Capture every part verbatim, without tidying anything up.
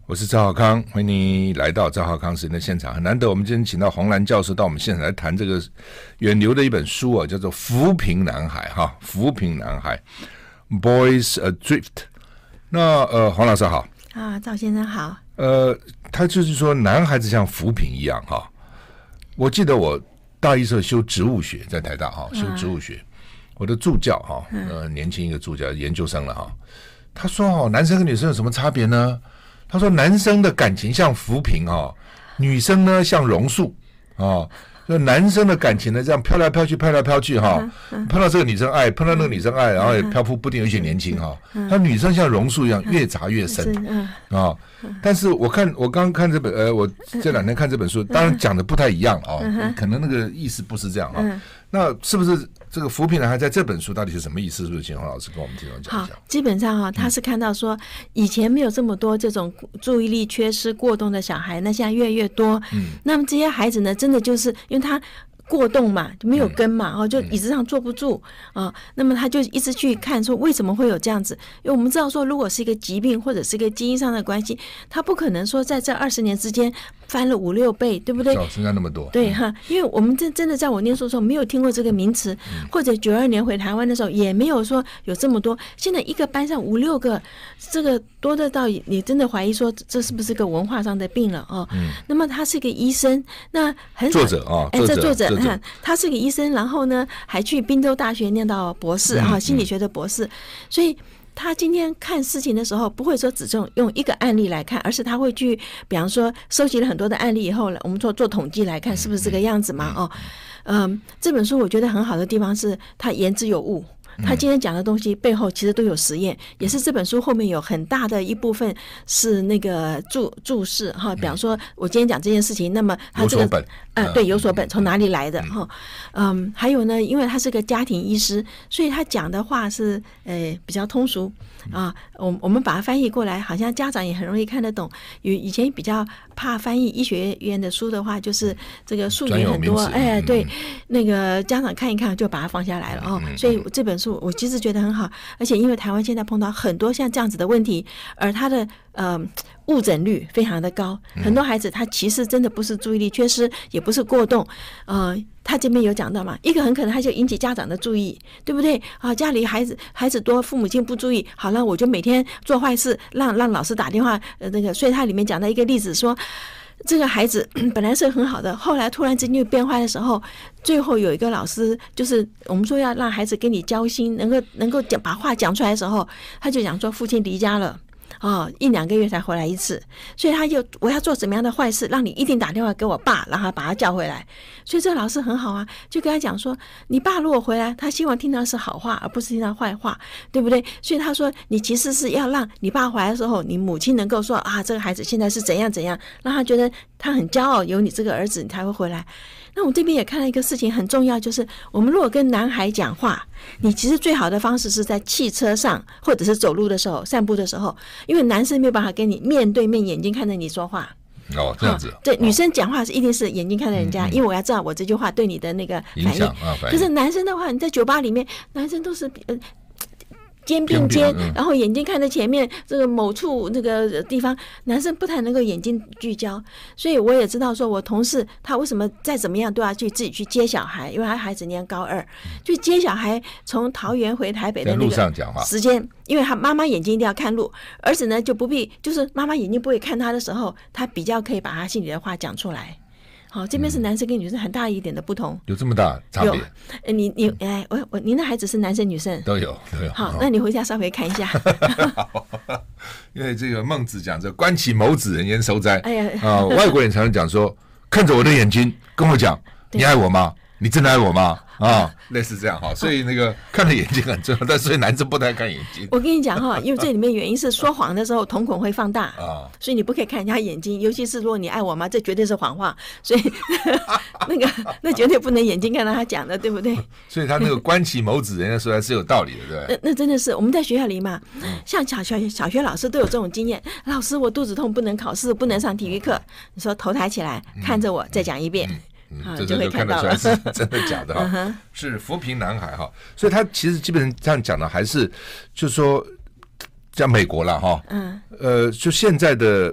我是赵少康，欢迎你来到赵少康时间的现场。很难得，我们今天请到黄澜教授到我们现场来谈这个远流的一本书啊，叫做《扶贫男孩》哈，《扶贫男孩》Boys Adrift。那呃，黄老师好啊，赵先生好。 呃，他就是说，男孩子像扶贫一样哈。我记得我大一时候修植物学，在台大哈修植物学，啊、我的助教哈，呃，年轻一个助教，研究生了哈。他说哦，男生跟女生有什么差别呢？他说男生的感情像浮萍哦，女生呢像榕树哦。就男生的感情呢，这样飘来飘去，飘来飘去哈，碰到这个女生爱，碰到那个女生爱，然后也漂浮不定，有些年轻哈。那女生像榕树一样，越扎越深啊。但是我看我刚刚看这本呃，我这两天看这本书，当然讲的不太一样啊，可能那个意思不是这样啊。那是不是这个扶贫男孩在这本书到底是什么意思？是不是请黄老师跟我们听众讲一下？ 好，基本上哈、哦，他是看到说以前没有这么多这种注意力缺失过动的小孩，那现在越来越多。嗯，那么这些孩子呢，真的就是因为他过动嘛，就没有根嘛，哦，就椅子上坐不住啊、呃。那么他就一直去看说为什么会有这样子？因为我们知道说，如果是一个疾病或者是一个基因上的关系，他不可能说在这二十年之间翻了五六倍，对不对？ 增加那么多， 对哈，因为我们真真的在我念书的时候没有听过这个名词，嗯、或者九二年回台湾的时候也没有说有这么多。现在一个班上五六个，这个多得到你真的怀疑说这是不是个文化上的病了哦？嗯、那么他是个医生，那很作者啊， 哎，这作者。 作者他是个医生，然后呢，还去宾州大学念到博士哈、嗯，心理学的博士。所以他今天看事情的时候，不会说只用用一个案例来看，而是他会去，比方说收集了很多的案例以后，我们做做统计来看，是不是这个样子嘛？哦，嗯，这本书我觉得很好的地方是，他言之有物。他今天讲的东西背后其实都有实验，也是这本书后面有很大的一部分是那个注注释哈，比方说我今天讲这件事情，那么他这个呃对有所本从哪里来的哈，嗯，还有呢，因为他是个家庭医师，所以他讲的话是呃比较通俗啊，我我们把它翻译过来，好像家长也很容易看得懂。有以前比较怕翻译医学院的书的话，就是这个术语很多，哎，对，那个家长看一看就把它放下来了哦，所以这本书。我其实觉得很好，而且因为台湾现在碰到很多像这样子的问题，而他的呃误诊率非常的高，很多孩子他其实真的不是注意力缺失，也不是过动，呃，他这边有讲到嘛，一个很可能他就引起家长的注意，对不对啊？家里孩子孩子多，父母亲不注意，好了，我就每天做坏事，让让老师打电话，呃，那个，所以他里面讲到一个例子说。这个孩子本来是很好的，后来突然之间就变坏的时候，最后有一个老师，就是我们说要让孩子跟你交心，能够能够讲把话讲出来的时候，他就讲说父亲离家了。哦，一两个月才回来一次，所以他就我要做什么样的坏事，让你一定打电话给我爸，让他把他叫回来。所以这个老师很好啊，就跟他讲说，你爸如果回来，他希望听到是好话，而不是听到坏话，对不对？所以他说，你其实是要让你爸回来的时候，你母亲能够说啊，这个孩子现在是怎样怎样，让他觉得他很骄傲，有你这个儿子，你才会回来。那我这边也看到一个事情很重要，就是我们如果跟男孩讲话，你其实最好的方式是在汽车上或者是走路的时候、散步的时候，因为男生没有办法跟你面对面眼睛看着你说话。 哦，这样子。 对，女生讲话是一定是眼睛看着人家，嗯嗯，因为我要知道我这句话对你的那个反应。啊、反应可是男生的话，你在酒吧里面，男生都是呃。肩并肩，然后眼睛看着前面这个某处那个地方，男生不太能够眼睛聚焦，所以我也知道说，我同事他为什么再怎么样都要去自己去接小孩，因为他孩子念高二，就接小孩从桃园回台北的那个时间，因为他妈妈眼睛一定要看路，儿子呢就不必，就是妈妈眼睛不会看他的时候，他比较可以把他心里的话讲出来。好，这边是男生跟女生很大一点的不同， 有这么大差别？ 有，你你哎，我我您的孩子是男生女生都有都有。 好，那你回家稍微看一下。 因为这个孟子讲着观其眸子，人言收哉。哎呀啊、呃，外国人常常讲说，看着我的眼睛，跟我讲，你爱我吗？你真的爱我吗？啊，类似这样哈，所以那个看的眼睛很重要，但所以男生不太看眼睛。 我跟你讲哈，因为这里面原因是说谎的时候瞳孔会放大啊，所以你不可以看人家眼睛，尤其是如果你爱我吗，这绝对是谎话，所以那个那绝对不能眼睛看到他讲的，对不对？ 所以他那个观其眸子，人家说还是有道理的，对不对？ 那那真的是我们在学校里嘛，像小学小学老师都有这种经验，老师我肚子痛不能考试，不能上体育课，你说头抬起来看着我，再讲一遍。嗯嗯，这就看得出来是真的假的哈、uh ， 是扶贫男孩哈，所以他其实基本上这样讲的还是，就是说，像美国啦哈，嗯，呃，就现在的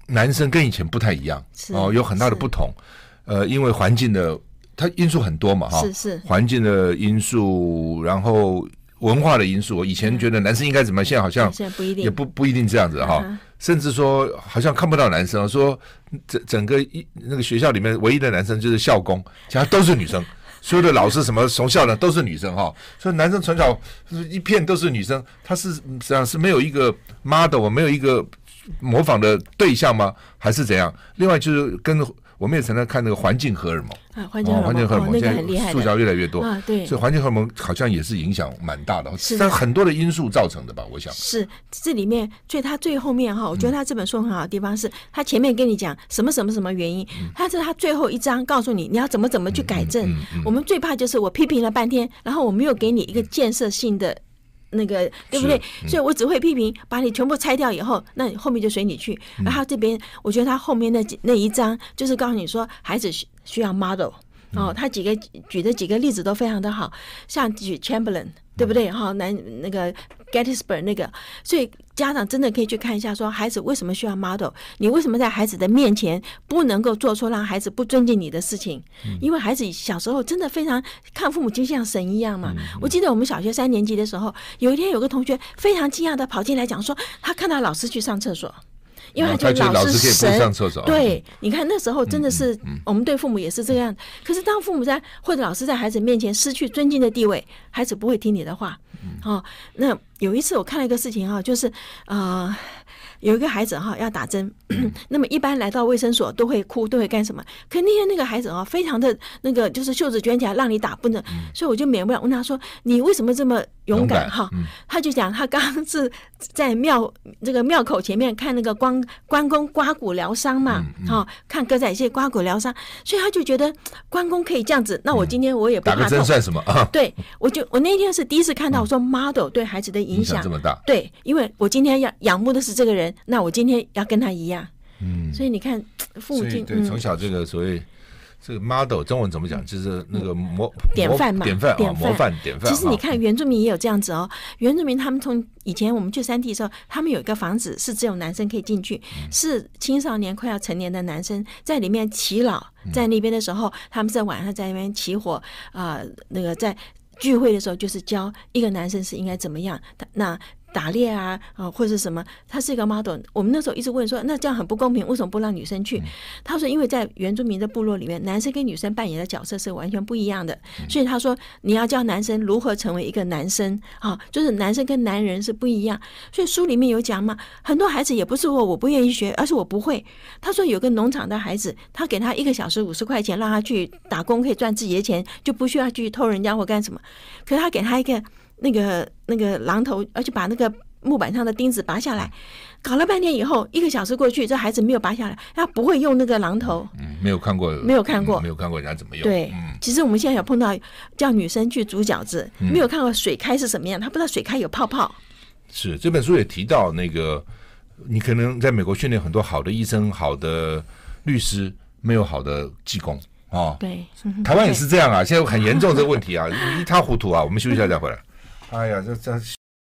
男生跟以前不太一样哦，有很大的不同。呃，因为环境的它因素很多嘛，哈， 是是环境的因素，然后文化的因素。我以前觉得男生应该怎么样，现在好像现在不一定， 也不不一定这样子哈。Uh-huh. 甚至说好像看不到男生，说整整个一那个学校里面唯一的男生就是校工，其他都是女生。所有的老师什么从校的都是女生哈，所以男生从小一片都是女生，他是实际上是没有一个 model， 没有一个模仿的对象吗？还是怎样？另外就是跟我们也常常看那个环境荷尔蒙啊，环境荷尔蒙，哦、 环境荷尔蒙、 哦、 现在塑胶越来越多啊，对， 所以环境荷尔蒙好像也是影响蛮大的，是但很多的因素造成的吧？我想是这里面，所以他最后面哈，我觉得他这本书很好的地方是，他前面跟你讲什么什么什么原因，嗯、他是他最后一章告诉你你要怎么怎么去改正。嗯嗯嗯、我们最怕就是我批评了半天，然后我没有给你一个建设性的。那个对不对？嗯、所以我只会批评，把你全部拆掉以后，那你后面就随你去。嗯、然后这边，我觉得他后面那那一章就是告诉你说，孩子需要 model 哦，他几个举的几个例子都非常的好，像举 Chamberlain 对不对？哈、嗯，南那个 Gettysburg 那个，所以家长真的可以去看一下，说孩子为什么需要 model？ 你为什么在孩子的面前不能够做出让孩子不尊敬你的事情？嗯、因为孩子小时候真的非常看父母就像神一样嘛。嗯嗯、我记得我们小学三年级的时候，有一天有个同学非常惊讶的跑进来讲说，他看到老师去上厕所。因为他觉得老师神，对，你看那时候真的是我们对父母也是这样。可是当父母在或者老师在孩子面前失去尊敬的地位，孩子不会听你的话。哦，那有一次我看了一个事情哈，就是呃。有一个孩子哈要打针，那么一般来到卫生所都会哭，都会干什么？可那天那个孩子哈非常的那个，就是袖子卷起来让你打不能，所以我就免不了问他说：“你为什么这么勇敢？”哈，他就讲他刚刚是在庙这个庙口前面看那个关关公刮骨疗伤嘛，哈，看歌仔戏刮骨疗伤，所以他就觉得关公可以这样子，那我今天我也不怕痛。 打个针算什么啊？ 对，我就我那天是第一次看到我说 model 对孩子的影响这么大， 对，因为我今天要仰慕的是这个人。那我今天要跟他一样，嗯，所以你看，父母亲对从小这个所谓这个 model 中文怎么讲，就是那个模典范嘛， 典范啊，模范典范。 其实你看原住民也有这样子哦，原住民他们从以前我们去山地的时候，他们有一个房子是只有男生可以进去，是青少年快要成年的男生在里面祈老，在那边的时候，他们在晚上在那边起火啊、呃，那个在聚会的时候就是教一个男生是应该怎么样，那。打猎啊，啊、呃、或者是什么，他是一个 model。我们那时候一直问说，那这样很不公平，为什么不让女生去？他说，因为在原住民的部落里面，男生跟女生扮演的角色是完全不一样的，所以他说你要教男生如何成为一个男生啊，就是男生跟男人是不一样。所以书里面有讲嘛，很多孩子也不是说我不愿意学，而是我不会。他说有个农场的孩子，他给他一个小时五十块钱，让他去打工，可以赚自己的钱，就不需要去偷人家或干什么。可是他给他一个。那个那个榔头，而且把那个木板上的钉子拔下来，搞了半天以后，一个小时过去，这孩子没有拔下来，他不会用那个榔头， 嗯，没有看过， 没有看过， 嗯、没有看过人家怎么用。 对， 嗯、 其实我们现在有碰到叫女生去煮饺子，嗯、没有看过水开是什么样，他不知道水开有泡泡。 是这本书也提到，那个你可能在美国训练很多好的医生、好的律师，没有好的技工。哦， 对， 台湾也是这样啊，现在很严重这个问题啊，一塌糊涂啊。我们休息一下再回来。哎呀，这这，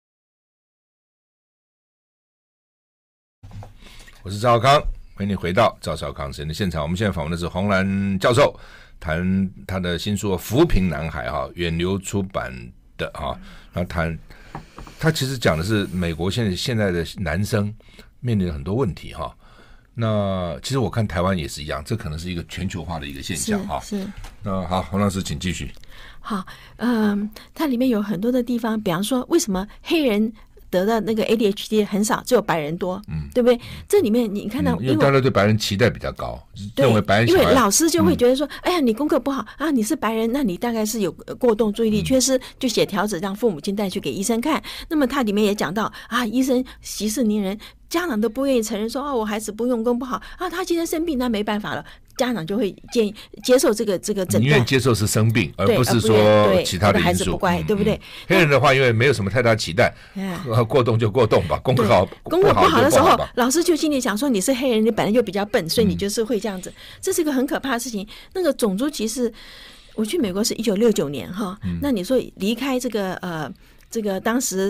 我是赵少康，欢迎你回到赵少康时间的现场。我们现在访问的是洪兰教授，谈他的新书《扶贫男孩》哈，远流出版的哈。然后谈他其实讲的是美国现在现在的男生面临了很多问题哈。那其实我看台湾也是一样，这可能是一个全球化的一个现象哈。 是。 那好，洪老师请继续。 好，嗯，它里面有很多的地方，比方说，为什么黑人得到那个 A D H D 很少，只有白人多，嗯，对不对？这里面你看到， 嗯、因为大家对白人期待比较高，认为白人小孩， 因为老师就会觉得说，嗯、哎呀，你功课不好啊，你是白人，那你大概是有过动注意力缺失，就写条子让父母亲带去给医生看。那么它里面也讲到啊，医生息事宁人。家长都不愿意承认说哦，我孩子不用功不好啊，他今天生病，那没办法了，家长就会建议接受这个这个诊断， 宁愿接受是生病，而不是说其他的因素。 孩子不乖，对不对？ 黑人的话，因为没有什么太大期待，过动就过动吧，功课好， 功课不好的时候，老师就心里想说你是黑人，你本来就比较笨，所以你就是会这样子，这是一个很可怕的事情。那个种族歧视，我去美国是一九六九年哈，那你说离开这个呃这个当时。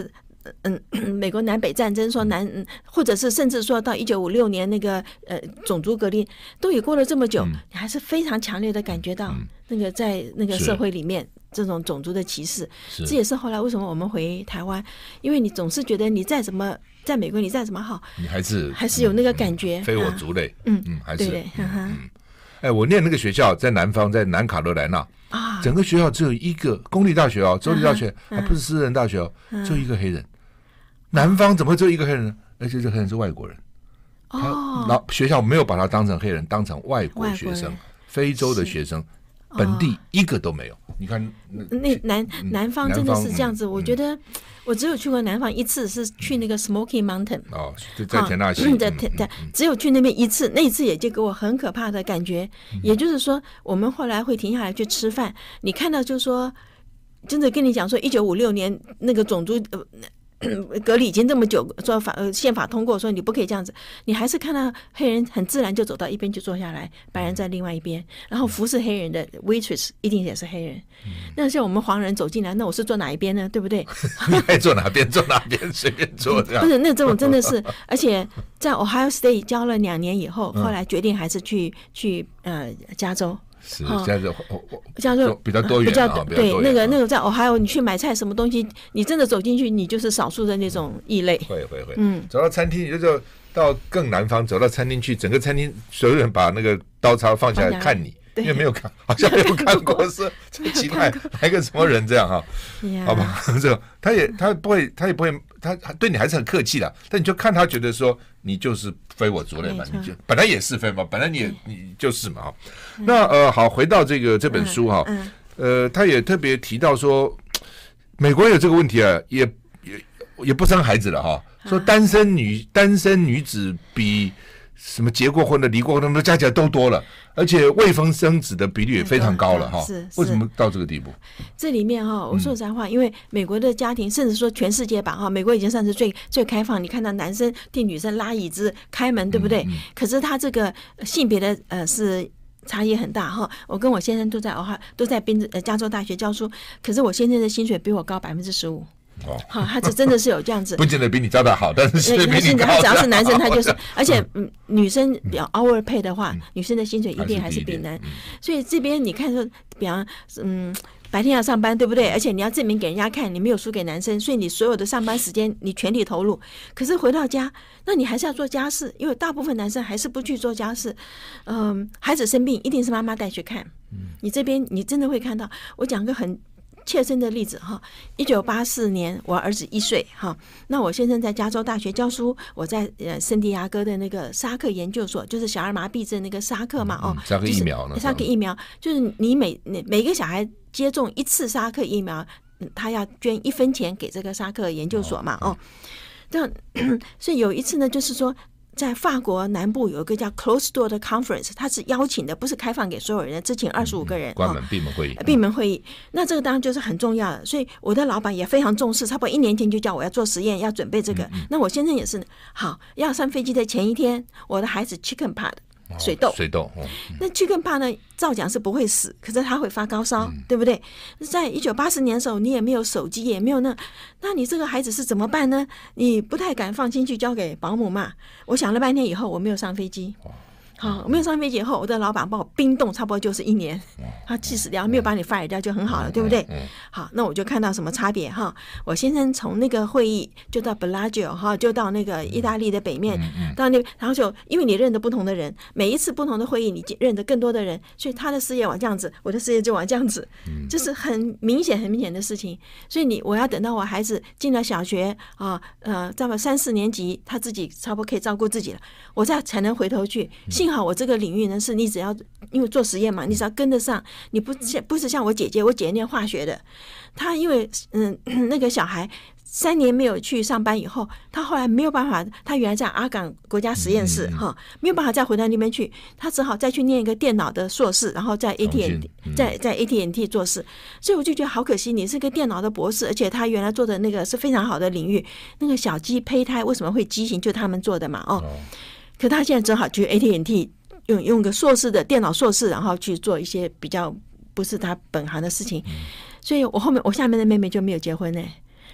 嗯，美国南北战争说南，或者是甚至说到一九五六年那个呃种族革命，都已过了这么久，嗯、你还是非常强烈的感觉到那个在那个社会里面这种种族的歧视。这也是后来为什么我们回台湾，因为你总是觉得你再怎么在美国，你再怎么好， 你还是还是有那个感觉， 嗯、非我族类。 嗯嗯，还是对对，嗯嗯。 哎，我念那个学校在南方，在南卡罗来纳啊，整个学校只有一个公立大学哦，州立大学，还、啊、不是私人大学哦，只有一个黑人。南方怎么只有一个黑人呢？而且这黑人是外国人， 哦， 他学校没有把他当成黑人，当成外国学生，非洲的学生，本地一个都没有。你看， 那南南方真的是这样子。我觉得我只有去过南方一次，是去那个 Smoky Mountain 哦，就在田纳西， 在在只有去那边一次，那一次也就给我很可怕的感觉。也就是说，我们后来会停下来去吃饭，你看到就说，真的跟你讲说，一九五六年那个种族呃。隔离已经这么久，说法呃宪法通过说你不可以这样子，你还是看到黑人很自然就走到一边去坐下来，白人在另外一边，然后服侍黑人的 waitress 一定也是黑人。嗯、那像我们黄人走进来，那我是坐哪一边呢？对不对？ 你爱坐哪边坐哪边，随便坐这样。 不是，那这种真的是，而且在 Ohio State 教了两年以后，后来决定还是去去呃加州。 是，加州加州比较多元， 比较对那个那个在 Ohio 你去买菜什么东西，你真的走进去，你就是少数的那种异类。 会会会，嗯，走到餐厅，你就到更南方，走到餐厅去，整个餐厅所有人把那个刀叉放下来看你，因为没有看，好像没有看过，是奇怪，来个什么人这样哈？好吧，这他也他不会，他也不会，他对你还是很客气的，但你就看他觉得说你就是非我族类嘛，你就本来也是非嘛，本来你也你就是嘛哈。那呃，好，回到这个这本书哈，呃，他也特别提到说，美国有这个问题啊，也也也不生孩子了哈，说单身女单身女子比什么结过婚的、离过婚的加起来都多了，而且未婚生子的比率也非常高了哈。 是， 为什么到这个地步？ 这里面哈，我说实在话，因为美国的家庭，甚至说全世界吧哈，美国已经算是最最开放。你看到男生替女生拉椅子、开门，对不对？嗯嗯、可是他这个性别的呃是。差异很大哈，我跟我先生都在哦，都在宾呃加州大学教书，可是我先生的薪水比我高百分之十五。哦，好，他这真的是有这样子， 不见得比你交的好，但是比你高。 他只要是男生，他就是，而且嗯，女生比较 hour pay 的话，女生的薪水一定还是比男。所以这边你看说，比方嗯。白天要上班，对不对？而且你要证明给人家看，你没有输给男生，所以你所有的上班时间你全力投入。可是回到家，那你还是要做家事，因为大部分男生还是不去做家事。嗯，孩子生病一定是妈妈带去看。你这边你真的会看到，我讲个很切身的例子哈。一九八四年，我儿子一岁哈，那我先生在加州大学教书，我在呃圣地亚哥的那个沙克研究所，就是小儿麻痹症那个沙克嘛哦， 沙克疫苗呢？ 沙克疫苗就是你每每个小孩接种一次沙克疫苗，他要捐一分钱给这个沙克研究所嘛哦，这样所以有一次呢，就是说。在法国南部有一个叫 Closed Door 的 Conference， 它是邀请的，不是开放给所有人，只请二十五个人， 关门闭门会议。 闭门会议，那这个当然就是很重要的，所以我的老板也非常重视，差不多一年前就叫我要做实验，要准备这个。嗯嗯那我先生也是，好，要上飞机的前一天，我的孩子 chicken pox。水痘， 水痘，哦、 那chicken pox呢？照讲是不会死，可是他会发高烧，嗯、对不对？在一九八四年的时候，你也没有手机，也没有那，那你这个孩子是怎么办呢？你不太敢放心去交给保姆嘛。我想了半天以后，我没有上飞机。好，我没有上飞机以后，我的老板帮我冰冻，差不多就是一年。他气死掉，没有把你 fire 掉就很好了，对不对？好，那我就看到什么差别哈？我先生从那个会议就到 Bellagio 哈，就到那个意大利的北面，到那，然后就因为你认得不同的人，每一次不同的会议，你认得更多的人，所以他的事业往这样子，我的事业就往这样子，这是很明显、很明显的事情。所以你我要等到我孩子进了小学啊，呃，在么三四年级，他自己差不多可以照顾自己了，我再才能回头去。幸好我这个领域呢，是你只要因为做实验嘛，你只要跟得上，你不不是像我姐姐，我姐姐念化学的，她因为嗯那个小孩三年没有去上班以后，她后来没有办法，她原来在阿港国家实验室哈，没有办法再回到那边去，她只好再去念一个电脑的硕士，然后在 A T and T 在在 A T and T 做事，所以我就觉得好可惜，你是个电脑的博士，而且他原来做的那个是非常好的领域，那个小鸡胚胎为什么会畸形，就他们做的嘛哦。可他现在正好去 A T and T 用用个硕士的电脑硕士，然后去做一些比较不是他本行的事情，所以我后面我下面的妹妹就没有结婚呢。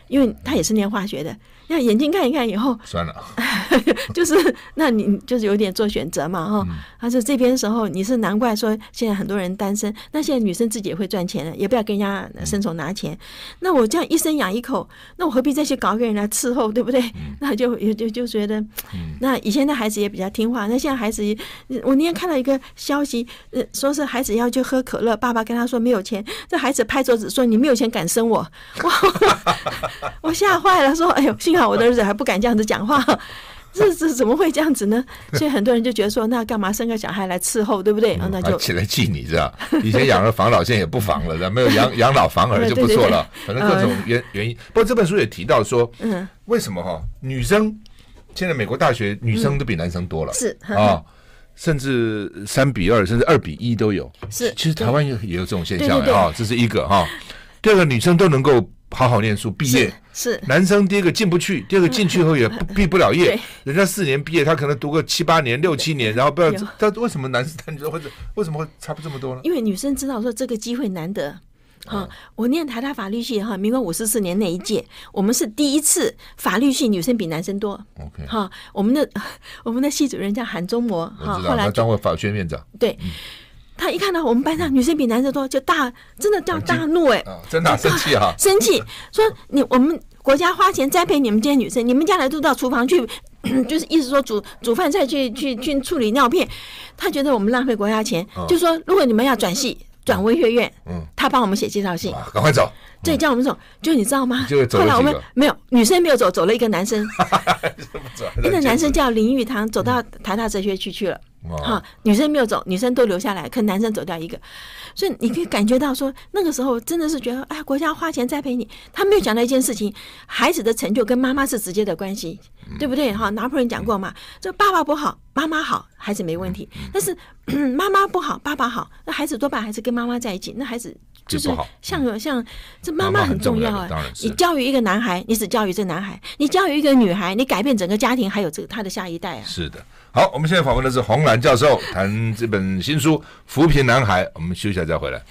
因为他也是念化学的，那眼睛看一看以后， 算了， 就是那你就是有点做选择嘛哈。 嗯、 他说这边的时候你是难怪说现在很多人单身，那现在女生自己也会赚钱了，也不要跟人家伸手拿钱。嗯、那我这样一生养一口，那我何必再去搞个人来伺候，对不对？嗯、那就也就就觉得，嗯、那以前的孩子也比较听话，那现在孩子，我那天看到一个消息，呃，说是孩子要去喝可乐，爸爸跟他说没有钱，这孩子拍桌子说你没有钱敢生我，哇！我吓坏了，说：“哎呦，幸好我的儿子还不敢这样子讲话，这这怎么会这样子呢？”所以很多人就觉得说，那干嘛生个小孩来伺候，对不对？嗯、那就起来气你知道？以前养了防老，现在也不防了，没有养养老防儿就不错了。反正各种原原因。不过这本书也提到说，嗯，为什么哈女生现在美国大学女生都比男生多了， 是啊。 哦，甚至三比二，甚至二比一都有。 是， 其实台湾也也有这种现象啊，这是一个哈。第二个，女生都能够好好念书毕业， 是, 是男生第一个进不去，第二个进去后也毕不了业。人家四年毕业，他可能读个七八年、六七年，然后不知道他为什么男生或者为什么会差不这么多呢？ 因为女生知道说这个机会难得。哈、嗯，我念台大法律系哈，民国五十四年那一届，我们是第一次法律系女生比男生多。 OK， 哈，我们的我们的系主任叫韩忠模，哈，后来他当过法学院长。 对。嗯，他一看到我们班上女生比男生多，就大真的叫大怒哎、欸哦，真的、啊、生气哈、啊， 生气说你我们国家花钱栽培你们这些女生，你们将来都到厨房去，就是意思说煮煮饭菜去去去处理尿片，他觉得我们浪费国家钱，哦、就说如果你们要转系转文学院，嗯，他帮我们写介绍信， 赶快走， 对，叫我们走，就你知道吗？ 就后来我们没有女生没有走，走了一个男生，那个男生叫林玉堂，走到台大哲学区去了。哈，女生没有走，女生都留下来，可男生走掉一个，所以你可以感觉到说，那个时候真的是觉得，哎，国家花钱栽培你，他没有讲到一件事情，孩子的成就跟妈妈是直接的关系，对不对？哈，拿破仑讲过嘛，这爸爸不好，妈妈好，孩子没问题，但是妈妈不好，爸爸好，那孩子多半还是跟妈妈在一起，那孩子就是像像这妈妈很重要啊。你教育一个男孩，你只教育这男孩；你教育一个女孩，你改变整个家庭，还有这个他的下一代啊。 是的。好，我们现在访问的是洪兰教授，谈这本新书《扶贫男孩》。我们休息一下再回来。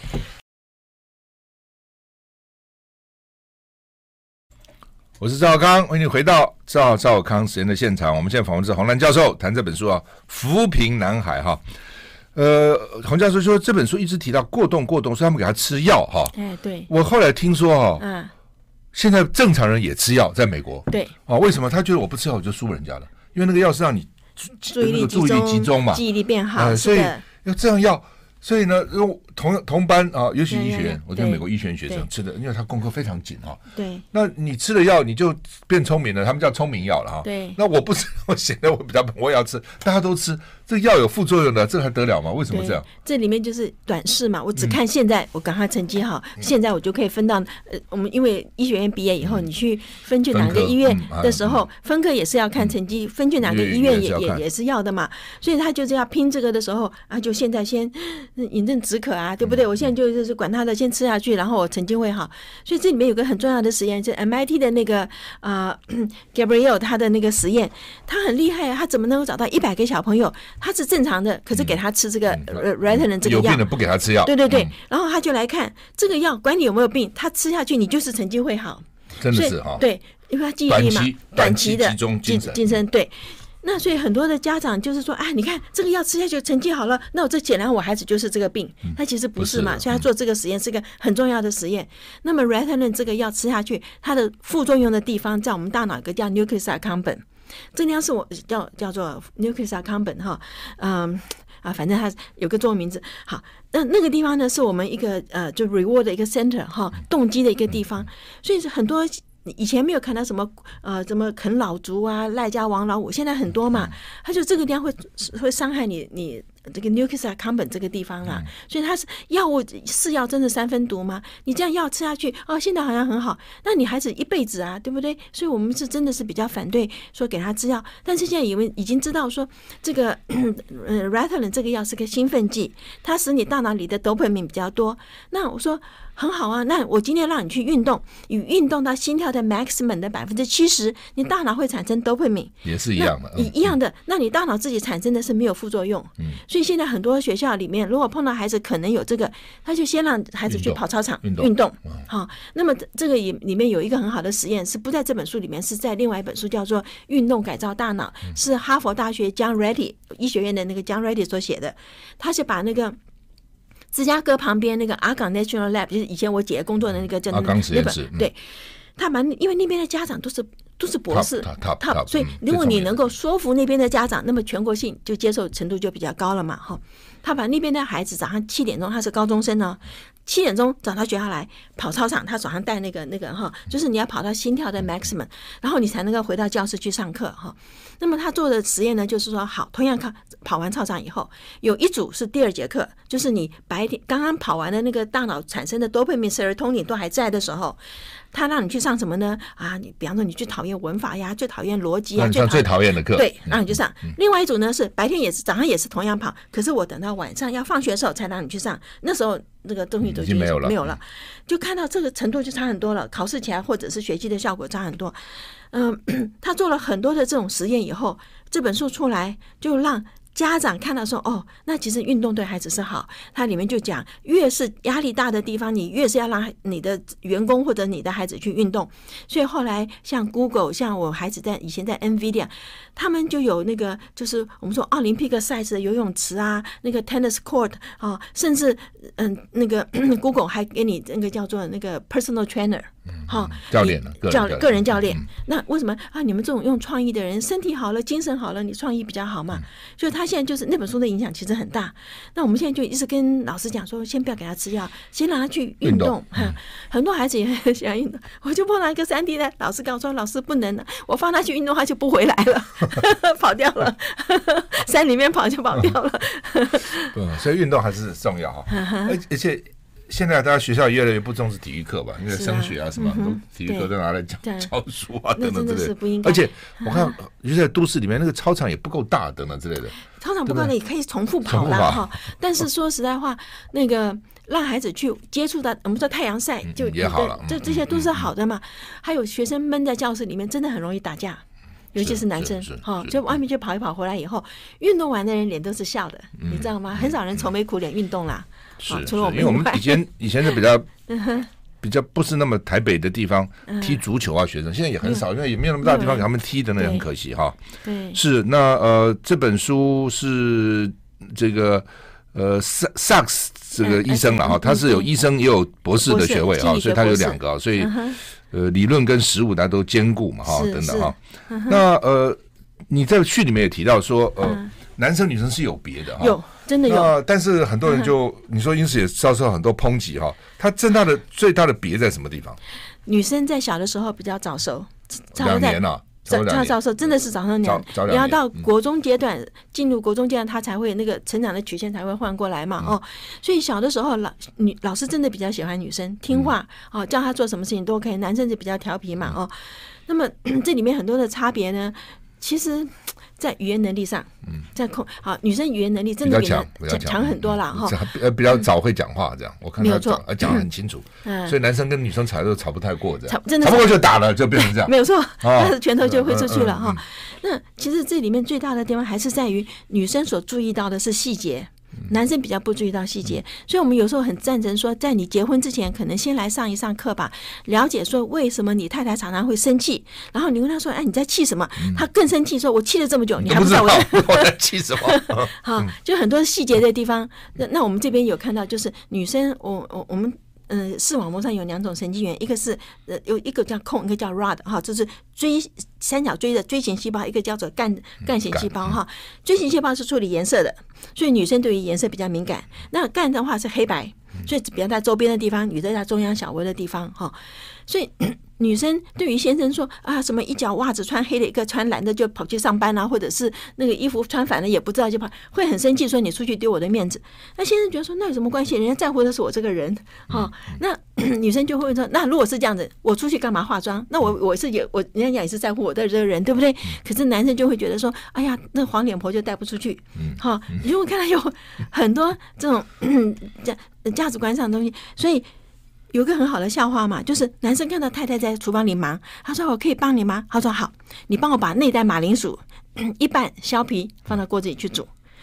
我是赵少康，欢迎你回到赵少康实验的现场。我们现在访问的是洪兰教授，谈这本书啊，《扶贫男孩》哈。呃，洪教授说这本书一直提到过动，过动，所以他们给他吃药哈。 哎，对。 我后来听说哈，嗯，现在正常人也吃药，在美国。 对。 哦，为什么？他觉得我不吃药我就输人家了，因为那个药是让你。 注意力集中， 注意力集中嘛， 记忆力变好， 呃、所以要这样要，所以呢，同同班啊，尤其医学院，我在美国医学院学生吃的，因为他功课非常紧啊。 对， 那你吃了药，你就变聪明了，他们叫聪明药了哈。 对， 那我不吃，我显得我比较笨，我也要吃，大家都吃，这药有副作用的，这还得了吗？为什么这样？ 这里面就是短视嘛，我只看现在，嗯、我赶快成绩好，嗯、现在我就可以分到呃，我们因为医学院毕业以后，嗯、你去分去哪个医院的时候，分科也是要看成绩，嗯、分去哪个医院也也也是要的嘛，所以他就是要拼这个的时候啊，就现在先饮鸩止渴啊，对不对？我现在就是管他的，先吃下去，然后我成绩会好。所以这里面有个很重要的实验，是 M I T 的那个啊、呃、Gabriel 他的那个实验，他很厉害啊，他怎么能够找到一百个小朋友，他是正常的，可是给他吃这个 Ritalin 这个药， 有病的不给他吃药， 对对对，嗯、然后他就来看这个药，管你有没有病，他吃下去，你就是成绩会好， 真的是哈， 对，因为他记忆力嘛， 短期的集中精神， 精神对。那所以很多的家长就是说，啊，你看这个药吃下去成绩好了，那我这显然我孩子就是这个病，他其实不是嘛，所以他做这个实验是个很重要的实验。那么 Ritalin 这个药吃下去，它的副作用的地方在我们大脑有个叫 nucleus accumbens， 这地方是我叫叫做 nucleus accumbens 哈，嗯啊，反正它有个中文名字。好，那那个地方呢，是我们一个呃就 reward 的一个 center 哈，动机的一个地方，所以是很多。以前没有看到什么呃，怎么啃老族啊、赖家王老五，现在很多嘛。他就这个地方会会伤害你你这个 nucleus accumbens 这个地方啦，所以它是药物是药真的三分毒吗？你这样药吃下去哦，现在好像很好，那你孩子一辈子啊，对不对？所以我们是真的是比较反对说给他吃药，但是现在以为已经知道说这个呃 Ritalin 这个药是个兴奋剂，它使你大脑里的 dopamine 比较多。那我说。很好啊，那我今天让你去运动，你运动到心跳的 maximum 的百分之七十，你大脑会产生 dopamine， 也是一样的， 一一样的。那你大脑自己产生的是没有副作用，嗯， 所以现在很多学校里面，如果碰到孩子可能有这个，他就先让孩子去跑操场运动。运动好，那么这个里面有一个很好的实验，是不在这本书里面，是在另外一本书叫做《运动改造大脑》，是哈佛大学 John Ratey 医学院的那个 John Ratey 所写的。他是把那个芝加哥旁边那个阿冈 National Lab， 就是以前我姐工作的那个阿冈实验室， 对，他把因为那边的家长都是都是博士 top, top, top, top, 所以如果你能够说服那边的家长，那么全国性就接受程度就比较高了嘛。哈，他把那边的孩子早上七点钟，他是高中生呢，七点钟找到学校来跑操场，他手上带那个那个哈，就是你要跑到心跳的 maximum， 然后你才能够回到教室去上课哈。那么他做的实验呢，就是说，好，同样跑跑完操场以后，有一组是第二节课，就是你白天刚刚跑完的那个大脑产生的 dopamine serotonin 都还在的时候，他让你去上什么呢？啊，你比方说你最讨厌文法呀，最讨厌逻辑啊， 上最讨厌的课， 对，让你去上。嗯嗯、另外一组呢是白天也是早上也是同样跑，可是我等到晚上要放学的时候才让你去上，那时候那个东西都已经没有了，没有了，就看到这个程度就差很多了，考试起来或者是学习的效果差很多。嗯、呃，他做了很多的这种实验以后，这本书出来就让家长看到说，哦，那其实运动对孩子是好。它里面就讲，越是压力大的地方，你越是要让你的员工或者你的孩子去运动。所以后来像 Google， 像我孩子在以前在 NVIDIA， 他们就有那个就是我们说奥林匹克赛事的游泳池啊，那个 tennis court 啊，甚至嗯那个 Google 还给你那个叫做那个 personal trainer。好， 教练了， 教个人教练。那为什么啊？你们这种用创意的人，身体好了，精神好了，你创意比较好嘛？所以他现在就是那本书的影响其实很大。那我们现在就一直跟老师讲说，先不要给他吃药，先让他去运动。哈，很多孩子也很喜欢运动。我就碰到一个三 D 的老师，跟我说，老师不能了，我放他去运动，他就不回来了，跑掉了，山里面跑就跑掉了。 对，所以运动还是重要哈，而而且。现在大家学校越来越不重视体育课吧，因为升学啊什么，啊嗯、体育课都拿来教教书啊等等之类的。而且我看，尤其在都市里面，那个操场也不够大等等之类的。 操场不够大，也可以重复跑啦哈。但是说实在话，那个让孩子去接触到，我们说太阳晒就也好了， 这这些都是好的嘛。还有学生闷在教室里面，真的很容易打架。尤其是男生，哈，就外面去跑一跑，回来以后，运动完的人脸都是笑的，嗯、你知道吗？很少人愁眉苦脸运动啦。 是， 除了我们， 因为我们以前以前是比较比较不是那么台北的地方踢足球啊，学生现在也很少，因为也没有那么大的地方给他们踢的，那也很可惜哈。 对， 是那呃，这本书是这个呃萨萨克斯这个医生了哈，他是有医生也有博士的学位啊，所以他有两个，所以。呃，理论跟实务大家都兼顾嘛，哈，等等哈。那呃，你在序里面也提到说，呃，嗯、男生女生是有别的哈， 有真的有。 那但是很多人就、嗯、你说，因此也遭受很多抨击哈。它最大的最大的别在什么地方？ 女生在小的时候比较早熟， 两年啊。 早早熟真的是早上两，你要到国中阶段，进入国中阶段，他才会那个成长的曲线才会换过来嘛，哦，所以小的时候老女老师真的比较喜欢女生听话，哦，叫他做什么事情都可以，男生就比较调皮嘛，哦，那么这里面很多的差别呢，其实。在语言能力上，在控好女生语言能力真的比强强很多了哈， 呃比较早会讲话这样，我看他讲讲得很清楚，所以男生跟女生吵都吵不太过这样，吵不过就打了就变成这样， 没有错，但是拳头就挥出去了哈。那其实这里面最大的地方还是在于女生所注意到的是细节。男生比较不注意到细节，所以我们有时候很赞成说，在你结婚之前，可能先来上一上课吧，了解说为什么你太太常常会生气，然后你问他说：“哎，你在气什么？”他更生气，说：“我气了这么久，你还不知道我在气什么？” 好，就很多细节的地方。那那我们这边有看到，就是女生，我我我们。嗯，视网膜上有两种神经元，一个是呃有一个叫控，一个叫 rod 哈，这是锥三角锥的锥形细胞，一个叫做干干型细胞哈。锥形细胞是处理颜色的，所以女生对于颜色比较敏感。那干的话是黑白，所以比较在周边的地方，女的在中央小窝的地方哈。所以女生对于先生说啊，什么一脚袜子穿黑的，一个穿蓝的就跑去上班啊，或者是那个衣服穿反了也不知道就跑，会很生气，说你出去丢我的面子。那先生觉得说那有什么关系？人家在乎的是我这个人哈。那女生就会说，那如果是这样子，我出去干嘛化妆？那我我是也我人家讲也是在乎我的这个人，对不对？可是男生就会觉得说，哎呀，那黄脸婆就带不出去。好，你就会看到有很多这种价价值观上的东西，所以。有个很好的笑话嘛，就是男生看到太太在厨房里忙，他说：“我可以帮你吗？”他说：“好，你帮我把那袋马铃薯一半削皮放到锅子里去煮。”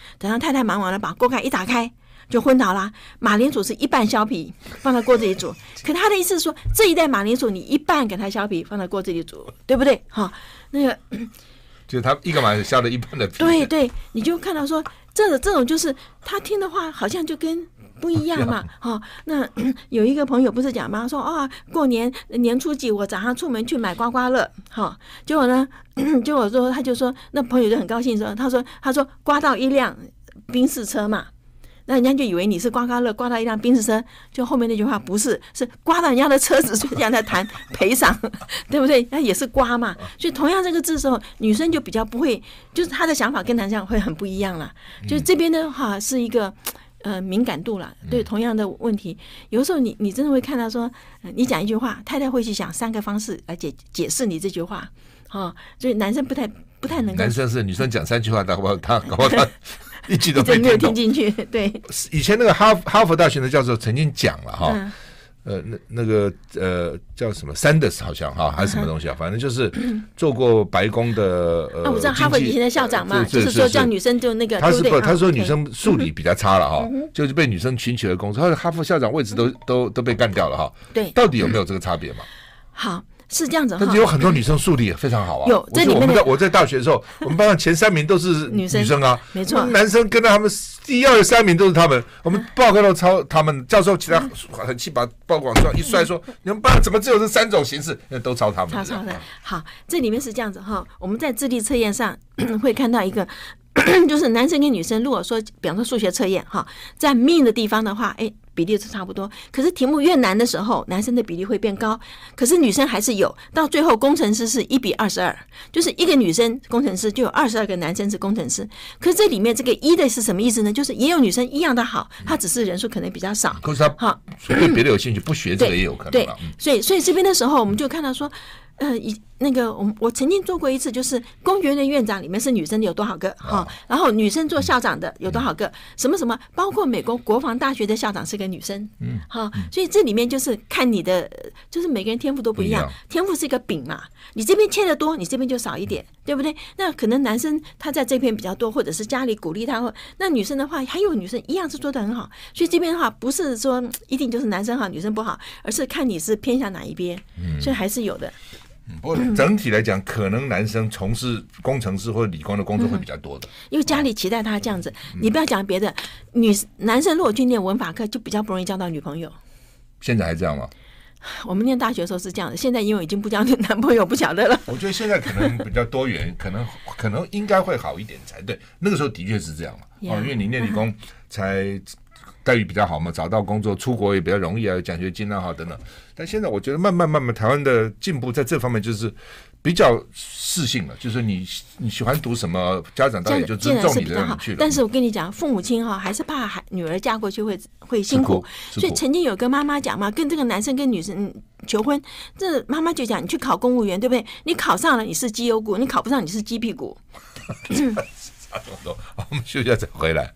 等到太太忙完了，把锅盖一打开就昏倒了。马铃薯是一半削皮放在锅子里煮，可他的意思是说，这一袋马铃薯你一半给它削皮放在锅子里煮，对不对？哈，那个就是他一个马铃薯削了一半的皮。 对对，你就看到说，这个这种就是他听的话，好像就跟不一样嘛。哈、哦，那有一个朋友不是讲吗？说啊，过年年初几我早上出门去买刮刮乐，哈、哦，结果呢，结果说他就说，那朋友就很高兴说，他说他说刮到一辆宾士车嘛。那人家就以为你是刮刮乐刮到一辆宾士车，就后面那句话不是，是刮到人家的车子，所以这样在谈赔偿，对不对？那也是刮嘛。所以同样这个字的时候，女生就比较不会，就是她的想法跟男生会很不一样了。就是这边的话是一个呃敏感度了，对同样的问题，有时候你你真的会看到说，呃、你讲一句话，太太会去想三个方式来解解释你这句话，哦，所以男生不太不太能够。 男生是女生讲三句话，搞不好他搞不好他。一句都没有听进去。对， 以前那个哈哈佛大学的教授曾经讲了哈， 嗯、 呃，那那个呃叫什么 Sanders 好像哈，还是什么东西啊，反正就是做过白宫的呃。 啊，我知道哈佛以前的校长嘛，就是说叫女生就那个， 他是不，他说女啊生数理比较差了哈，就是被女生群起而攻。他说哈佛校长位置都都都被干掉了哈。 对， 到底有没有这个差别嘛？ 好。是这样子哈， 但是有很多女生数理也非常好啊。 有，这里面我们在我在大学的时候，我们班上前三名都是女生，女生啊， 没错。 男生跟到他们第一、二、三名都是他们。我们报告都抄他们，教授其他很气，把报告往上一摔，说你们班上怎么只有这三种形式？都抄他们。 抄抄的。好，这里面是这样子哈，我们在智力测验上会看到一个。就是男生跟女生，如果说比方说数学测验哈，在命的地方的话，哎，比例是差不多。可是题目越难的时候，男生的比例会变高，可是女生还是有。到最后，工程师是一比二十二，就是一个女生工程师就有二十二个男生是工程师。可是这里面这个一的是什么意思呢？就是也有女生一样的好，她只是人数可能比较少。 可是她好对别的有兴趣，不学这个也有可能。 对，对所以所以这边的时候，我们就看到说。呃，以那个我我曾经做过一次，就是工学院院长里面是女生的有多少个哈、哦，然后女生做校长的有多少个，什么什么，包括美国国防大学的校长是个女生，嗯，好、哦，所以这里面就是看你的，就是每个人天赋都不一样，不一样天赋是一个饼嘛，你这边切的多，你这边就少一点，对不对？那可能男生他在这边比较多，或者是家里鼓励他，那女生的话还有女生一样是做得很好，所以这边的话不是说一定就是男生好女生不好，而是看你是偏向哪一边，嗯、所以还是有的。 不过整体来讲，可能男生从事工程师或者理工的工作会比较多的， 嗯、因为家里期待他这样子。嗯、你不要讲别的，女男生如果去念文法课，就比较不容易交到女朋友。 现在还这样吗？ 我们念大学的时候是这样的，现在因为已经不交男朋友，不晓得了。 我觉得现在可能比较多元，可能可能应该会好一点才对。那个时候的确是这样嘛， yeah, 哦，因为你念理工才。待遇比较好嘛，找到工作，出国也比较容易啊，有奖学金啊，好等等。但现在我觉得慢慢慢慢，台湾的进步在这方面就是比较适性了，就是你你喜欢读什么，家长当然也就尊重你的让你去了。 但是我跟你讲，父母亲哈还是怕女儿嫁过去会会辛苦，所以曾经有跟妈妈讲嘛，跟这个男生跟女生求婚，这妈妈就讲你去考公务员，对不对？你考上了你是绩优股，你考不上你是鸡屁股。 差不多，好，我们休息一下再回来。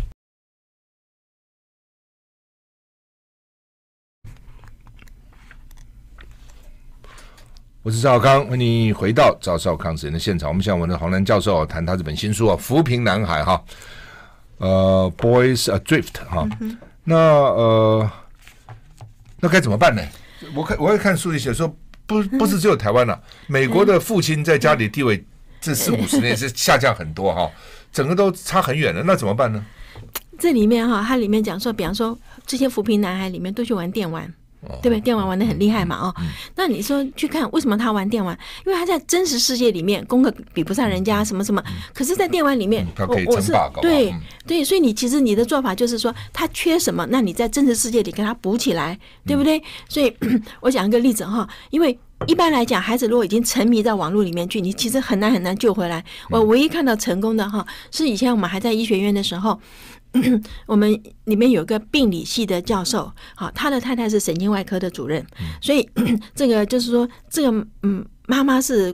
我是赵少康，欢迎回到赵少康时间的现场。我们现在我们的黄南教授谈他这本新书啊，《扶贫男孩》哈，呃 ，Boys Adrift 哈、嗯。那呃，那该怎么办呢？我看我会看书里写说，不不是只有台湾了、啊，美国的父亲在家里地位这四五十年是下降很多哈，整个都差很远了。那怎么办呢？ 这里面哈，它里面讲说，比方说这些扶贫男孩里面都去玩电玩。对不对？电玩玩得很厉害嘛，哦，嗯、那你说去看为什么他玩电玩？因为他在真实世界里面功课比不上人家什么什么，嗯、可是，在电玩里面， 嗯、他可以称霸， 对、嗯、对，所以你其实你的做法就是说，他缺什么，那你在真实世界里给他补起来，对不对？嗯、所以我讲一个例子哈，因为一般来讲，孩子如果已经沉迷在网络里面去，你其实很难很难救回来。我唯一看到成功的哈，是以前我们还在医学院的时候。我们里面有个病理系的教授，好，他的太太是神经外科的主任，所以这个就是说，这个嗯，妈妈是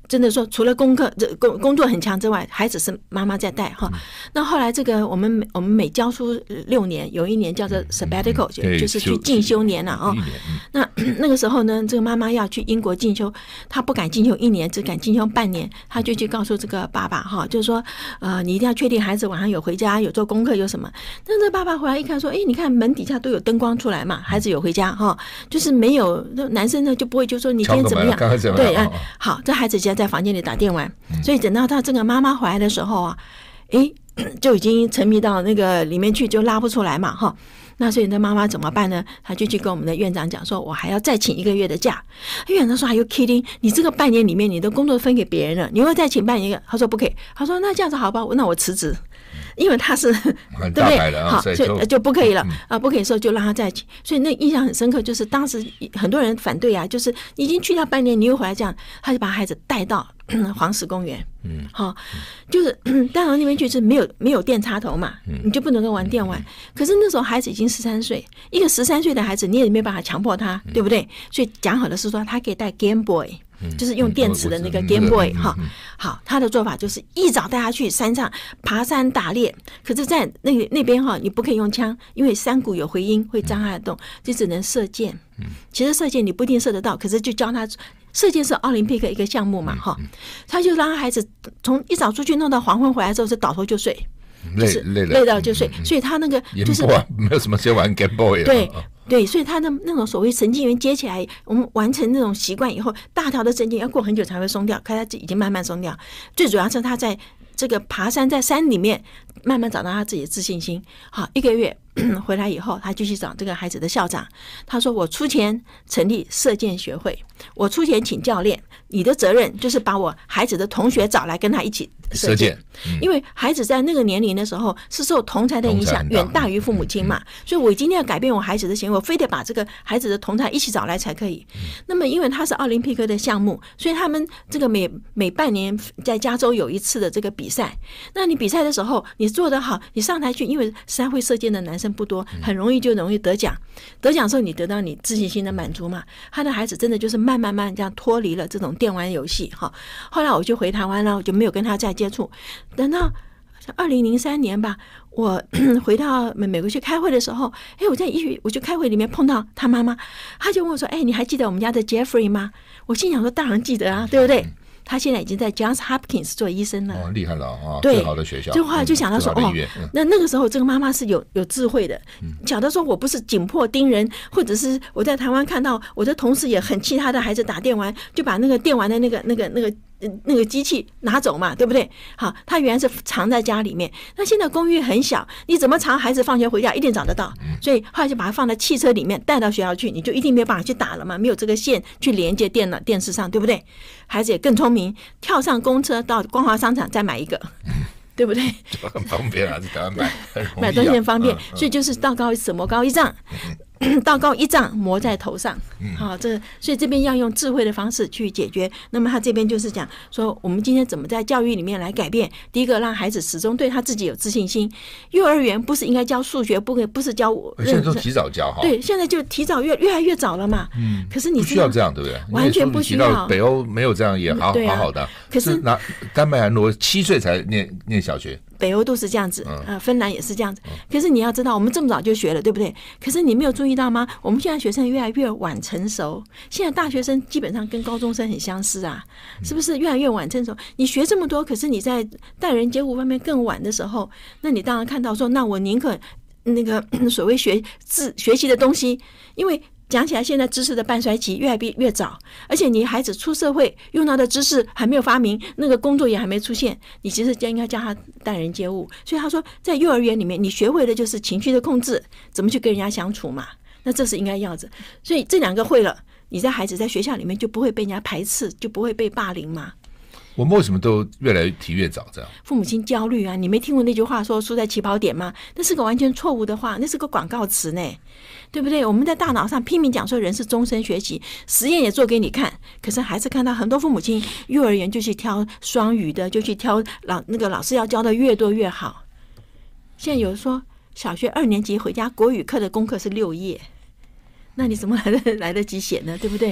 真的说，除了功课、这工工作很强之外，孩子是妈妈在带哈。那后来这个我们我们每教书六年，有一年叫做 sabbatical，、嗯、就是去进修年了哦。那那个时候呢，这个妈妈要去英国进修，她不敢进修一年，只敢进修半年，她就去告诉这个爸爸哈，就是说呃，你一定要确定孩子晚上有回家、有做功课、有什么。那这个爸爸回来一看说，哎，你看门底下都有灯光出来嘛，孩子有回家哈，就是没有男生呢就不会就说你今天怎么样？对啊，好，这孩子现在在房间里打电玩，所以等到他这个妈妈回来的时候啊，哎，就已经沉迷到那个里面去，就拉不出来嘛哈。那所以那妈妈怎么办呢？他就去跟我们的院长讲说，我还要再请一个月的假。院长说 Are you kidding？ 你这个半年里面你的工作分给别人了，你又再请半年一个？他说不可以。他说那这样子好吧，那我辞职。因为他是对不对？好，所以就不可以了啊，不可以说就让他再请。所以那印象很深刻，就是当时很多人反对啊，就是你已经去掉半年，你又回来这样，他就把孩子带到黄石公园，嗯，好，就是带到那边去是没有没有电插头嘛，你就不能够玩电玩。可是那时候孩子已经十三岁，一个十三岁的孩子你也没办法强迫他，对不对？所以讲好的是说他可以带 Game Boy。就是用电池的那个 Game Boy 哈，好，他的做法就是一早带他去山上爬山打猎，可是，在那个那边哈，你不可以用枪，因为山谷有回音会伤害得动，就只能射箭。其实射箭你不一定射得到，可是就教他射箭是奥林匹克一个项目嘛哈，他就让孩子从一早出去弄到黄昏回来之后是倒头就睡。 累累累到就睡，所以他那个就是没有什么时间玩 Game Boy。 对对，所以他的那种所谓神经元接起来，我们完成那种习惯以后，大条的神经要过很久才会松掉，可他已经慢慢松掉。最主要是他在这个爬山，在山里面慢慢找到他自己的自信心。好，一个月回来以后，他就去找这个孩子的校长，他说：“我出钱成立射箭学会，我出钱请教练，你的责任就是把我孩子的同学找来跟他一起射箭。嗯、因为孩子在那个年龄的时候是受同侪的影响远大于父母亲嘛，所以我今天要改变我孩子的行为，我非得把这个孩子的同侪一起找来才可以。嗯、那么因为他是奥林匹克的项目，所以他们这个每每半年在加州有一次的这个比赛，那你比赛的时候你做得好，你上台去，因为实在会射箭的男生不多，很容易就容易得奖。得奖的时候，你得到你自信心的满足嘛。他的孩子真的就是慢慢慢这样脱离了这种电玩游戏哈。后来我就回台湾了，我就没有跟他再接触。等到二零零三年吧，我回到美国去开会的时候，哎，我在一我就开会里面碰到他妈妈，他就问我说：“哎，你还记得我们家的 Jeffrey 吗？”我心想说：“当然记得啊，对不对？”他现在已经在 Johns Hopkins 做医生了，哦， 厉害了啊！ 对， 最好的学校。 就后来就想到说， 嗯、 哦，那那个时候这个妈妈是有有智慧的，晓得说我不是紧迫盯人，或者是我在台湾看到我的同事也很气他的孩子打电玩，就把那个电玩的那个那个那个。那个机器拿走嘛，对不对？好，他原来是藏在家里面，那现在公寓很小，你怎么藏？孩子放学回家一定找得到，所以后来就把它放在汽车里面带到学校去，你就一定没有办法去打了嘛，没有这个线去连接电脑电视上，对不对？孩子也更聪明，跳上公车到光华商场再买一个。对不对？ 很方便啊，在台湾买很容易、啊， 买东西很方便，嗯嗯、所以就是道高一尺，魔高一丈，嗯、道高一丈，魔在头上。好、嗯，这所以这边要用智慧的方式去解决。那么他这边就是讲说，我们今天怎么在教育里面来改变？第一个，让孩子始终对他自己有自信心。幼儿园不是应该教数学，不不是教我， 现在都提早教哈。 对，现在就提早越越来越早了嘛。嗯，可是你不需要这样，对不对？ 完全不需要。 北欧没有这样也好、嗯啊、好好的。 可是拿丹麦、韩国七岁才念念小学。 北欧都是这样子，呃，芬兰也是这样子。可是你要知道，我们这么早就学了，对不对？可是你没有注意到吗？我们现在学生越来越晚成熟，现在大学生基本上跟高中生很相似啊，是不是越来越晚成熟？你学这么多，可是你在待人接物方面更晚的时候，那你当然看到说，那我宁可那个所谓学自学习的东西，因为。讲起来，现在知识的半衰期越来越越早，而且你孩子出社会用到的知识还没有发明，那个工作也还没出现，你其实就应该教他待人接物。所以他说，在幼儿园里面，你学会的就是情绪的控制，怎么去跟人家相处嘛。那这是应该要的。所以这两个会了，你在孩子在学校里面就不会被人家排斥，就不会被霸凌嘛。 我们为什么都越来越提越早这样？ 父母亲焦虑啊！你没听过那句话说输在起跑点吗？那是个完全错误的话，那是个广告词呢，对不对？我们在大脑上拼命讲说人是终身学习，实验也做给你看，可是还是看到很多父母亲幼儿园就去挑双语的，就去挑老那个老师要教的越多越好。现在有说小学二年级回家国语课的功课是六页，那你怎么来得来得及写呢？对不对？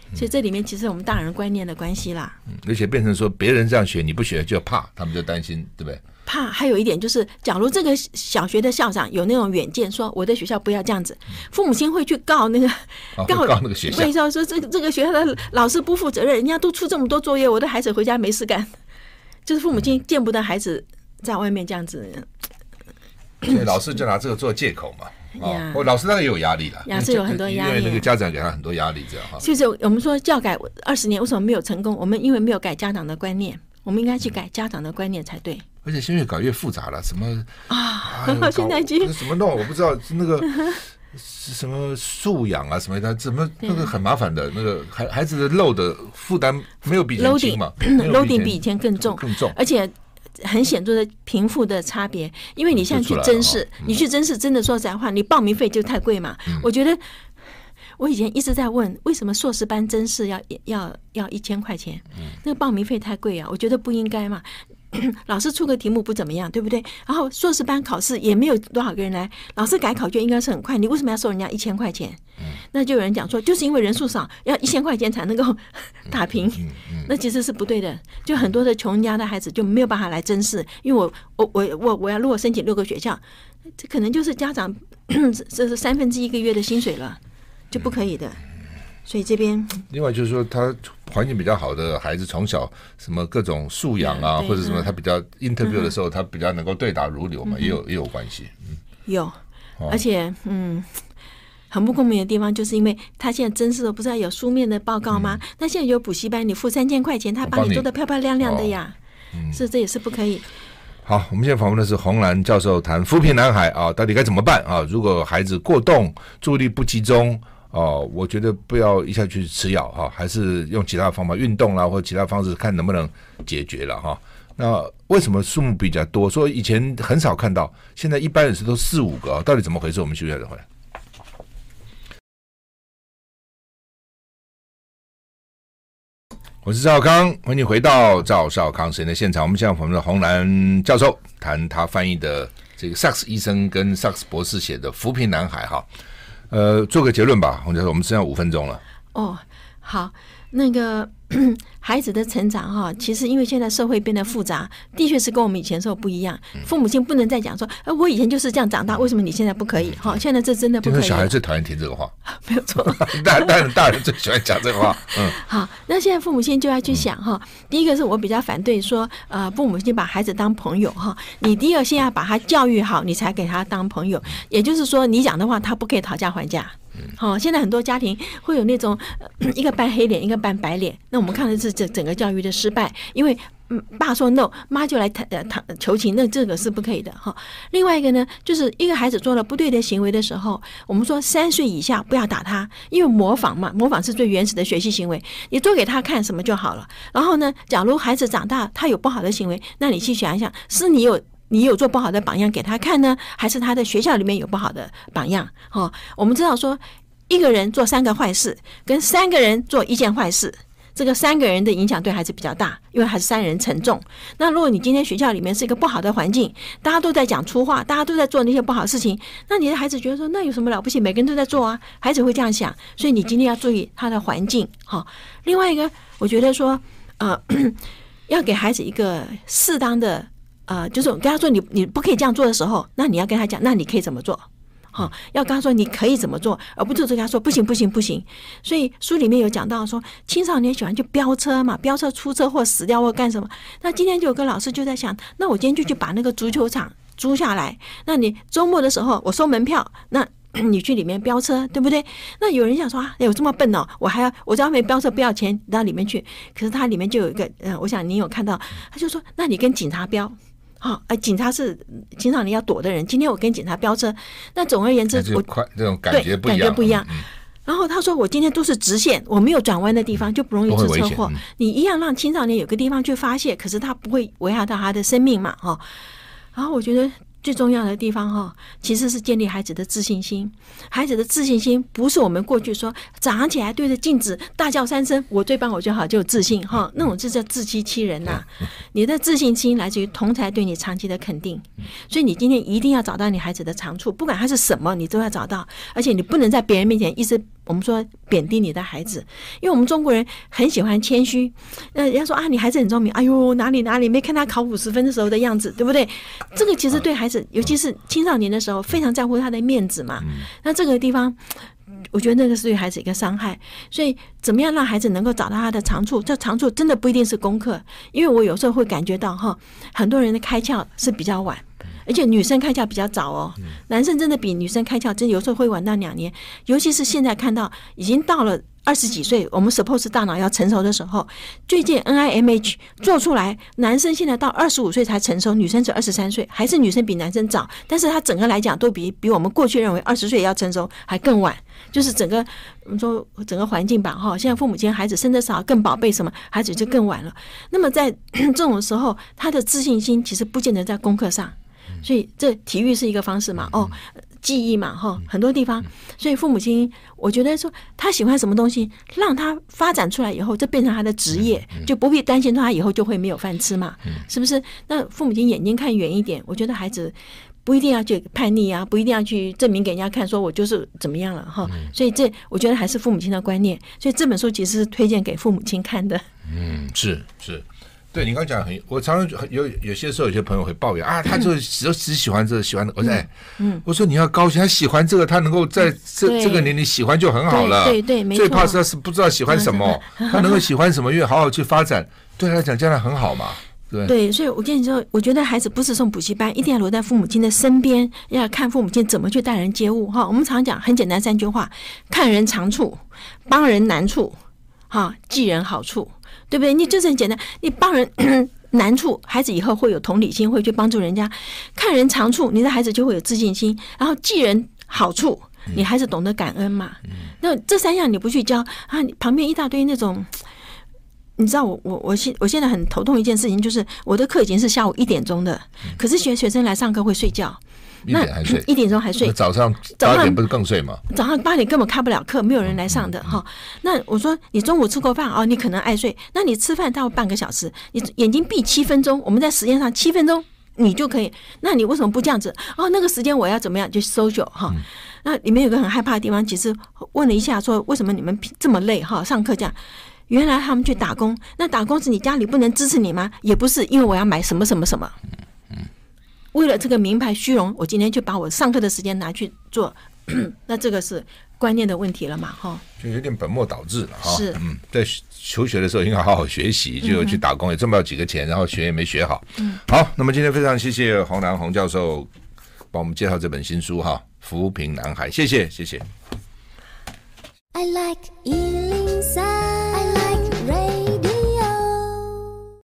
所以这里面其实我们大人观念的关系啦。 嗯，而且变成说别人这样学你不学就怕，他们就担心，对不对？ 怕。还有一点就是，假如这个小学的校长有那种远见，说我的学校不要这样子，父母亲会去告那个、 哦、告, 告那个学校， 会说说这个这个学校的老师不负责任，人家都出这么多作业，我的孩子回家没事干，就是父母亲见不得孩子在外面这样子。 所以老师就拿这个做借口嘛。哦，我老师当然也有压力了， 也是有很多压力， 因为那个家长给他很多压力，这样哈。 就是我们说教改二十年为什么没有成功？我们因为没有改家长的观念，我们应该去改家长的观念才对。 而且现在越搞越复杂了，什么啊，哎、现在已经怎么弄？我不知道那个什么素养啊什么的，怎么那个很麻烦的，那个孩孩子的漏的负担没有比以前轻嘛 ，loading 比以前更重， 更重， 而且。很显著的贫富的差别，因为你现在去甄试，嗯、你去甄试真的说实在话，你报名费就太贵嘛。嗯、我觉得我以前一直在问，为什么硕士班甄试要要要一千块钱？嗯、那个报名费太贵啊，我觉得不应该嘛。老师出个题目不怎么样，对不对？然后硕士班考试也没有多少个人来，老师改考卷应该是很快，你为什么要收人家一千块钱？嗯、那就有人讲说，就是因为人数少，要一千块钱才能够打平，嗯嗯嗯、那其实是不对的。就很多的穷家的孩子就没有办法来甄试，因为我我我我我要如果申请六个学校，这可能就是家长这是三分之一个月的薪水了，就不可以的。所以这边另外就是说，他环境比较好的孩子，从小什么各种素养啊，或者什么，他比较 interview 的时候，他比较能够对答如流嘛，也有也有关系。嗯， 有，而且嗯，很不公平的地方，就是因为他现在甄试的不是要有书面的报告吗？那现在有补习班，你付三千块钱，他帮你做的漂漂亮亮的呀，是这也是不可以。 好，我们现在访问的是洪兰教授，谈扶贫男孩啊，到底该怎么办啊？如果孩子过动、注意力不集中。哦，我觉得不要一下去吃药哈，还是用其他的方法运动啦，或者其他方式看能不能解决了哈。那为什么数目比较多？说以前很少看到，现在一般人是都四五个，到底怎么回事？我们休息一下再回来。我是赵少康，欢迎回到赵少康时间的现场。我们现在访问的洪兰教授，谈他翻译的这个萨克斯医生跟萨克斯博士写的《扶贫男孩》哈。呃，做个结论吧，洪教授，我们剩下五分钟了。 哦，好，那个孩子的成长哈，其实因为现在社会变得复杂，的确是跟我们以前时候不一样。父母亲不能再讲说，呃，我以前就是这样长大，为什么你现在不可以？哈，现在这真的不可以。 小孩最讨厌听这个话， 没有错。 大大人大人最喜欢讲这个话。嗯， 好，那现在父母亲就要去想哈，第一个是我比较反对说，呃，父母亲把孩子当朋友哈，你第一个先要把他教育好，你才给他当朋友。也就是说，你讲的话他不可以讨价还价。好、哦，现在很多家庭会有那种、呃、一个扮黑脸，一个扮白脸。那我们看的是整整个教育的失败，因为嗯，爸说 no， 妈就来谈谈求情，那这个是不可以的哈、哦。另外一个呢，就是一个孩子做了不对的行为的时候，我们说三岁以下不要打他，因为模仿嘛，模仿是最原始的学习行为，你做给他看什么就好了。然后呢，假如孩子长大他有不好的行为，那你去想一想，是你有。你有做不好的榜样给他看呢，还是他的学校里面有不好的榜样？哦，我们知道说，一个人做三个坏事，跟三个人做一件坏事，这个三个人的影响对孩子比较大，因为还是三人承重。那如果你今天学校里面是一个不好的环境，大家都在讲粗话，大家都在做那些不好的事情，那你的孩子觉得说，那有什么了不起？每个人都在做啊，孩子会这样想。所以你今天要注意他的环境。好、哦，另外一个，我觉得说，呃，要给孩子一个适当的。呃，就是跟他说你你不可以这样做的时候，那你要跟他讲，那你可以怎么做？好、哦，要跟他说你可以怎么做，而不是跟他说不行不行不行。所以书里面有讲到说，青少年喜欢去飙车嘛，飙车出车祸死掉或干什么。那今天就有个老师就在想，那我今天就去把那个足球场租下来，那你周末的时候我收门票，那你去里面飙车，对不对？那有人想说啊，有这么笨哦，我还要我只要没飙车不要钱到里面去。可是它里面就有一个，呃，我想你有看到，他就说，那你跟警察飙。好、哦，哎，警察是青少年要躲的人。今天我跟警察飙车，那总而言之，我这种感觉不一样， 感觉不一样。嗯、然后他说，我今天都是直线，我没有转弯的地方，就不容易出车祸。嗯、你一样让青少年有个地方去发泄，可是他不会危害到他的生命嘛，哈、哦。然后我觉得最重要的地方哈，其实是建立孩子的自信心。孩子的自信心不是我们过去说早上起来对着镜子大叫三声我最棒我就好就有自信哈，那种就叫自欺欺人呐、啊。你的自信心来自于同侪对你长期的肯定，所以你今天一定要找到你孩子的长处，不管他是什么你都要找到，而且你不能在别人面前一直我们说贬低你的孩子，因为我们中国人很喜欢谦虚，呃，人家说啊你孩子很聪明，哎呦哪里哪里没看他考五十分的时候的样子，对不对？这个其实对孩子，尤其是青少年的时候，非常在乎他的面子嘛。那这个地方，我觉得那个是对孩子一个伤害。所以怎么样让孩子能够找到他的长处？这长处真的不一定是功课，因为我有时候会感觉到哈，很多人的开窍是比较晚。而且女生开窍比较早哦，男生真的比女生开窍，真有时候会晚到两年。尤其是现在看到已经到了二十几岁，我们 suppose 大脑要成熟的时候，最近 N I M H 做出来，男生现在到二十五岁才成熟，女生只二十三岁，还是女生比男生早，但是他整个来讲都比比我们过去认为二十岁要成熟还更晚，就是整个我们说整个环境吧哈，现在父母亲孩子生得少更宝贝什么，孩子就更晚了。那么在这种时候，他的自信心其实不见得在功课上。所以这体育是一个方式嘛，哦，记忆嘛，哈，很多地方。所以父母亲，我觉得说他喜欢什么东西，让他发展出来以后，这变成他的职业，就不必担心他以后就会没有饭吃嘛，是不是？那父母亲眼睛看远一点，我觉得孩子不一定要去叛逆啊，不一定要去证明给人家看，说我就是怎么样了哈。所以这我觉得还是父母亲的观念。所以这本书其实是推荐给父母亲看的。 嗯，是是。对你刚讲很，我常常有有些时候有些朋友会抱怨啊，他就只只喜欢这个喜欢的，我说哎，嗯，我说你要高兴，他喜欢这个，他能够在这这个年龄喜欢就很好了， 对对对，没错。 最怕是他是不知道喜欢什么，他能够喜欢什么，越好好去发展，对他来讲将来很好嘛，对对。所以我跟你说，我觉得孩子不是送补习班，一定要留在父母亲的身边，要看父母亲怎么去待人接物哈。我们常讲很简单三句话：看人长处，帮人难处，哈，记人好处。对不对？你就是很简单，你帮人难处，孩子以后会有同理心，会去帮助人家；看人长处，你的孩子就会有自信心；然后记人好处，你孩子懂得感恩嘛。那这三样你不去教啊，你旁边一大堆那种，你知道我我我现我现在很头痛一件事情，就是我的课已经是下午一点钟的，可是学学生来上课会睡觉。 一点还睡， 一点钟还睡， 早上八点不是更睡吗？ 早上八点根本开不了课，没有人来上的哈。那我说你中午吃过饭哦，你可能爱睡，那你吃饭到半个小时，你眼睛闭七分钟，我们在实验上七分钟你就可以，那你为什么不这样子？哦，那个时间我要怎么样就 social 哈。那里面有个很害怕的地方，其实问了一下说为什么你们这么累哈？上课这样。原来他们去打工，那打工是你家里不能支持你吗？也不是，因为我要买什么什么什么。为了这个名牌虚荣，我今天就把我上课的时间拿去做，那这个是观念的问题了嘛？哈， 就有点本末倒置了哈。 是， 嗯，在求学的时候应该好好学习，就去打工也挣不了几个钱，然后学也没学好。嗯，好，那么今天非常谢谢洪南洪教授帮我们介绍这本新书哈，《扶贫男孩》，谢谢，谢谢。I like 一零三